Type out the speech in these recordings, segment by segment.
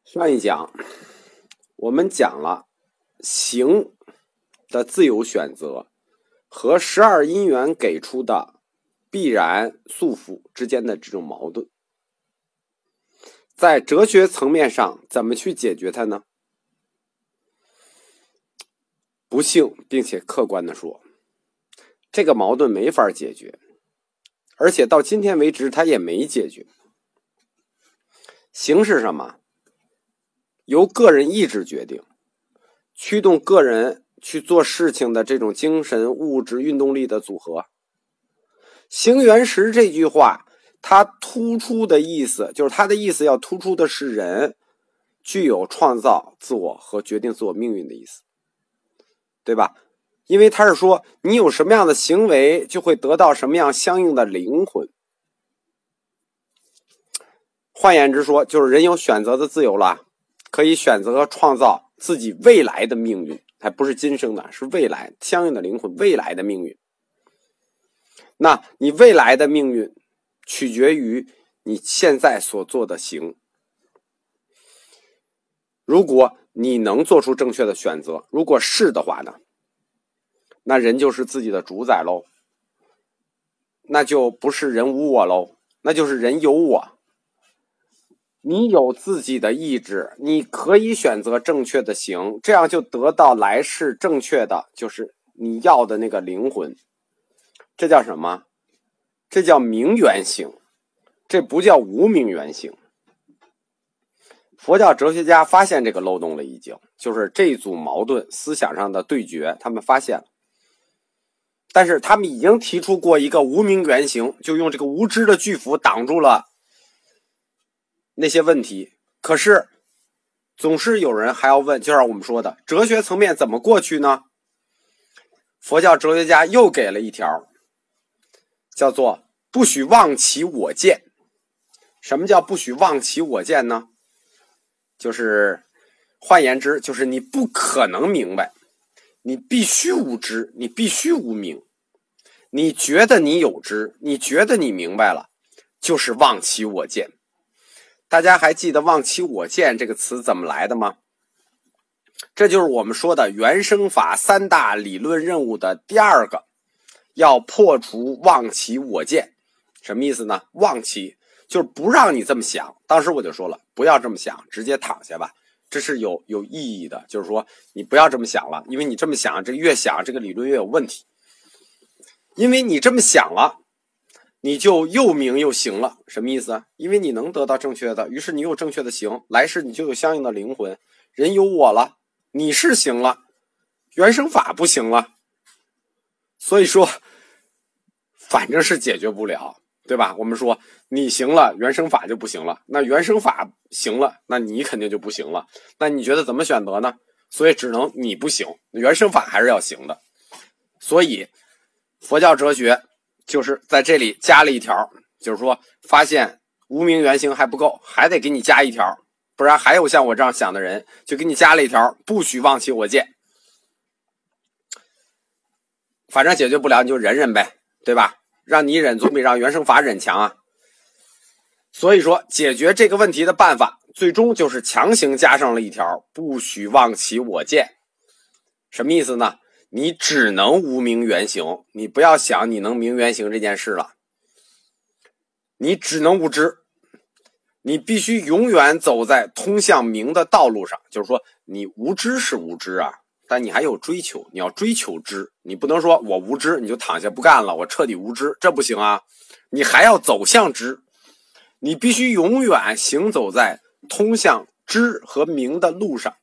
上一讲我们讲了行的自由选择和12因缘给出的必然束缚之间的这种矛盾，在哲学层面上怎么去解决它呢？不幸并且客观地说，这个矛盾没法解决，而且到今天为止它也没解决。行是什么？由个人意志决定，驱动个人去做事情的这种精神、物质、运动力的组合。行缘识这句话，它突出的意思，就是它的意思要突出的是人具有创造自我和决定自我命运的意思，对吧？因为它是说你有什么样的行为，就会得到什么样相应的灵魂。换言之说，就是人有选择的自由了，可以选择创造自己未来的命运，还不是今生的，是未来相应的灵魂，未来的命运。那你未来的命运取决于你现在所做的行。如果你能做出正确的选择，如果是的话呢，那人就是自己的主宰喽，那就不是人无我喽，那就是人有我。你有自己的意志，你可以选择正确的行，这样就得到来世正确的，就是你要的那个灵魂。这叫什么？这叫明缘行，这不叫无明缘行。佛教哲学家发现这个漏洞了，已经就是这组矛盾思想上的对决，他们发现了。但是他们已经提出过一个无明缘行，就用这个无知的巨斧挡住了那些问题。可是总是有人还要问，就像我们说的，哲学层面怎么过去呢？佛教哲学家又给了一条，叫做不许妄起我见。什么叫不许妄起我见呢？就是换言之，就是你不可能明白，你必须无知，你必须无明。你觉得你有知，你觉得你明白了，就是妄起我见。大家还记得妄起我见这个词怎么来的吗？这就是我们说的原生法三大理论任务的第二个，要破除妄起我见。什么意思呢？妄起就是不让你这么想。当时我就说了，不要这么想，直接躺下吧，这是有意义的，就是说你不要这么想了，因为你这么想，这越想这个理论越有问题。因为你这么想了，你就又明又行了。什么意思？因为你能得到正确的，于是你有正确的行，来世你就有相应的灵魂。人有我了，你是行了，原生法不行了。所以说反正是解决不了，对吧？我们说你行了，原生法就不行了，那原生法行了，那你肯定就不行了。那你觉得怎么选择呢？所以只能你不行，原生法还是要行的。所以佛教哲学就是在这里加了一条，就是说发现无明缘行还不够，还得给你加一条，不然还有像我这样想的人，就给你加了一条，不许妄起我见。反正解决不了你就忍忍呗，对吧？让你忍总比让原生法忍强啊。所以说解决这个问题的办法，最终就是强行加上了一条，不许妄起我见。什么意思呢？你只能无明缘行，你不要想你能明缘行这件事了，你只能无知，你必须永远走在通向明的道路上。就是说你无知是无知啊，但你还有追求，你要追求知，你不能说我无知你就躺下不干了，我彻底无知，这不行啊，你还要走向知，你必须永远行走在通向知和明的路上。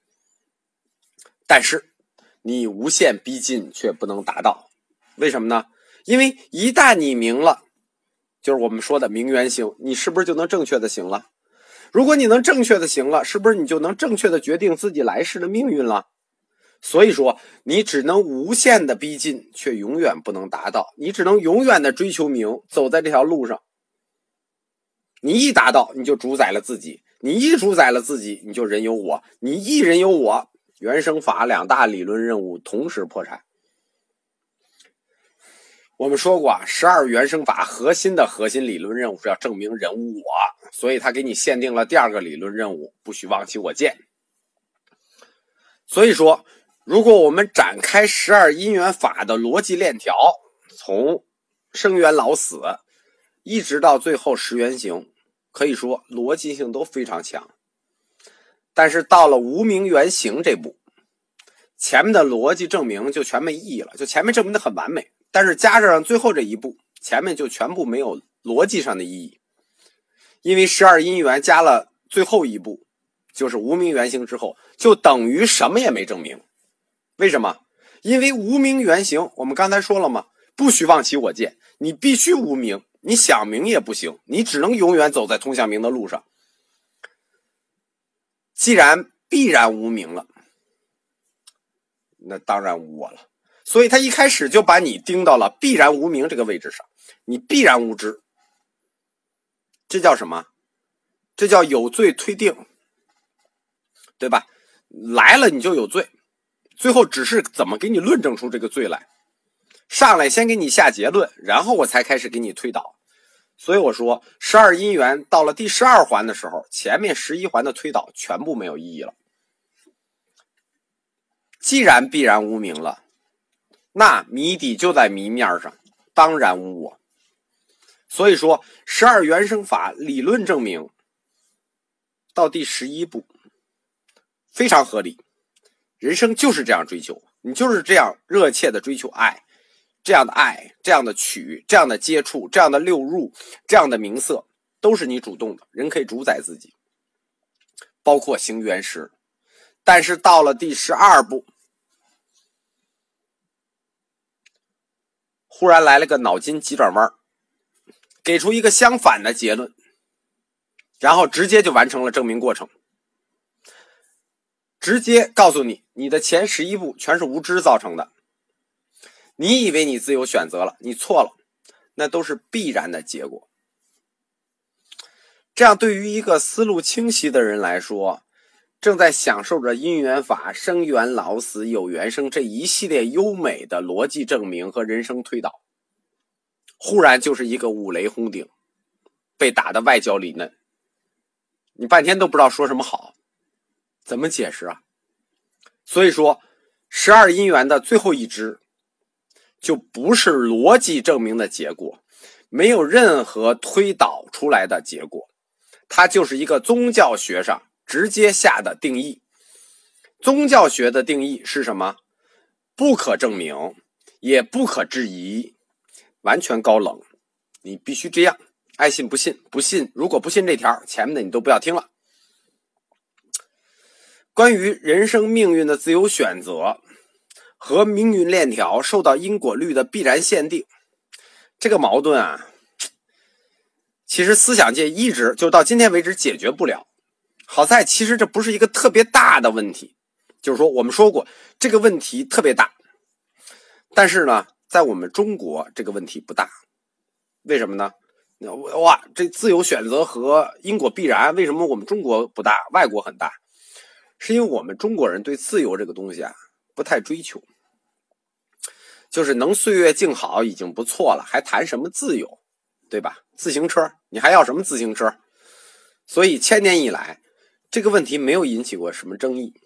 但是你无限逼近却不能达到，为什么呢？因为一旦你明了，就是我们说的明缘行，你是不是就能正确的行了？如果你能正确的行了，是不是你就能正确的决定自己来世的命运了？所以说你只能无限的逼近，却永远不能达到，你只能永远的追求明，走在这条路上。你一达到，你就主宰了自己，你一主宰了自己，你就人有我，你一人有我，原生法两大理论任务同时破产。 我们说过啊，12原生法核心理论任务是要证明人无我，所以他给你限定了第2个理论任务，不许忘其我见。所以说，如果我们展开12因缘法的逻辑链条，从生缘老死一直到最后10原形，可以说逻辑性都非常强。但是到了无明原形这步，前面的逻辑证明就全没意义了，就前面证明的很完美，但是加上最后这一步，前面就全部没有逻辑上的意义。因为12因缘加了最后一步，就是无明原形之后，就等于什么也没证明。为什么？因为无明原形，我们刚才说了嘛，不许忘其我见，你必须无明，你想明也不行，你只能永远走在通向明的路上。既然必然无明了，那当然无我了。所以他一开始就把你盯到了必然无明这个位置上，你必然无知。这叫什么？这叫有罪推定，对吧？来了你就有罪，最后只是怎么给你论证出这个罪来。上来先给你下结论，然后我才开始给你推导。所以我说12因缘到了第12环的时候，前面11环的推导全部没有意义了。既然必然无明了，那谜底就在谜面上，当然无我。所以说12原生法理论证明到第11步非常合理。人生就是这样追求，你就是这样热切的追求爱，这样的爱，这样的取，这样的接触，这样的溜入，这样的名色，都是你主动的，人可以主宰自己，包括行原识。但是到了第12步，忽然来了个脑筋急转弯，给出一个相反的结论，然后直接就完成了证明过程，直接告诉你，你的前11步全是无知造成的。你以为你自由选择了，你错了，那都是必然的结果。这样对于一个思路清晰的人来说，正在享受着因缘法、生缘老死、有缘生这一系列优美的逻辑证明和人生推导，忽然就是一个五雷轰顶，被打得外焦里嫩，你半天都不知道说什么好，怎么解释啊？所以说12因缘的最后一支就不是逻辑证明的结果，没有任何推导出来的结果，它就是一个宗教学上直接下的定义。宗教学的定义是什么？不可证明，也不可质疑，完全高冷，你必须这样，爱信不信，不信，如果不信这条，前面的你都不要听了。关于人生命运的自由选择和命运链条受到因果律的必然限定，这个矛盾啊，其实思想界一直就到今天为止解决不了。好在其实这不是一个特别大的问题，就是说我们说过这个问题特别大，但是呢在我们中国这个问题不大。为什么呢？哇，这自由选择和因果必然为什么我们中国不大，外国很大？是因为我们中国人对自由这个东西啊不太追求，就是能岁月静好已经不错了，还谈什么自由，对吧？自行车你还要什么自行车？所以1000年以来这个问题没有引起过什么争议。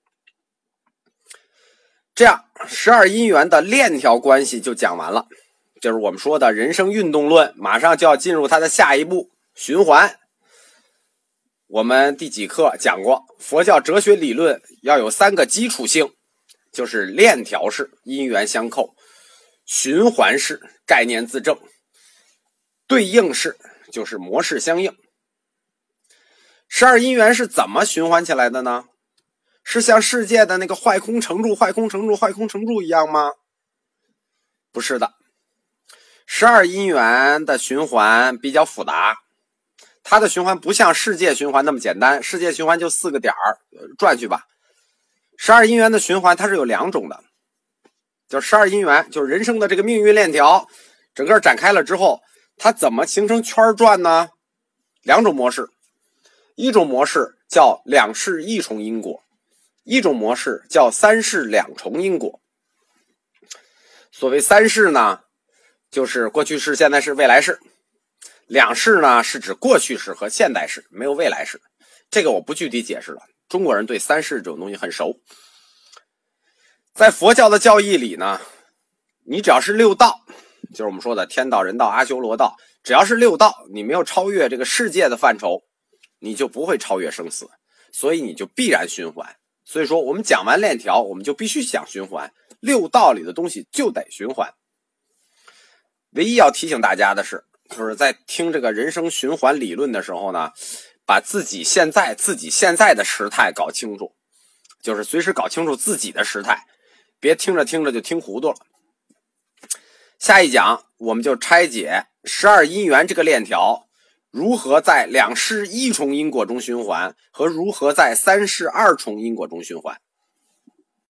这样12因缘的链条关系就讲完了，就是我们说的人生运动论，马上就要进入它的下一步循环。我们第几课讲过，佛教哲学理论要有3个基础性，就是链条式，因缘相扣；循环式，概念自证；对应式，就是模式相应。12因缘是怎么循环起来的呢？是像世界的那个坏空成住、坏空成住、坏空成住一样吗？不是的。12因缘的循环比较复杂，它的循环不像世界循环那么简单，世界循环就4个点转去吧。12因缘的循环它是有2种的，就是12因缘就是人生的这个命运链条整个展开了之后，它怎么形成圈转呢？2种模式，一种模式叫2世1重因果，一种模式叫3世2重因果。所谓3世呢， 就是过去式、现在式、未来式。两式呢是指过去式和现代式，没有未来式。这个我不具体解释了，中国人对三世这种东西很熟。在佛教的教义里呢，你只要是六道，就是我们说的天道、人道、阿修罗道，只要是六道，你没有超越这个世界的范畴，你就不会超越生死，所以你就必然循环。所以说我们讲完链条，我们就必须讲循环，六道里的东西就得循环。唯一要提醒大家的是，就是在听这个人生循环理论的时候呢，把自己现在的时态搞清楚，就是随时搞清楚自己的时态，别听着听着就听糊涂了。下一讲我们就拆解12因缘这个链条如何在2世1重因果中循环，和如何在3世2重因果中循环。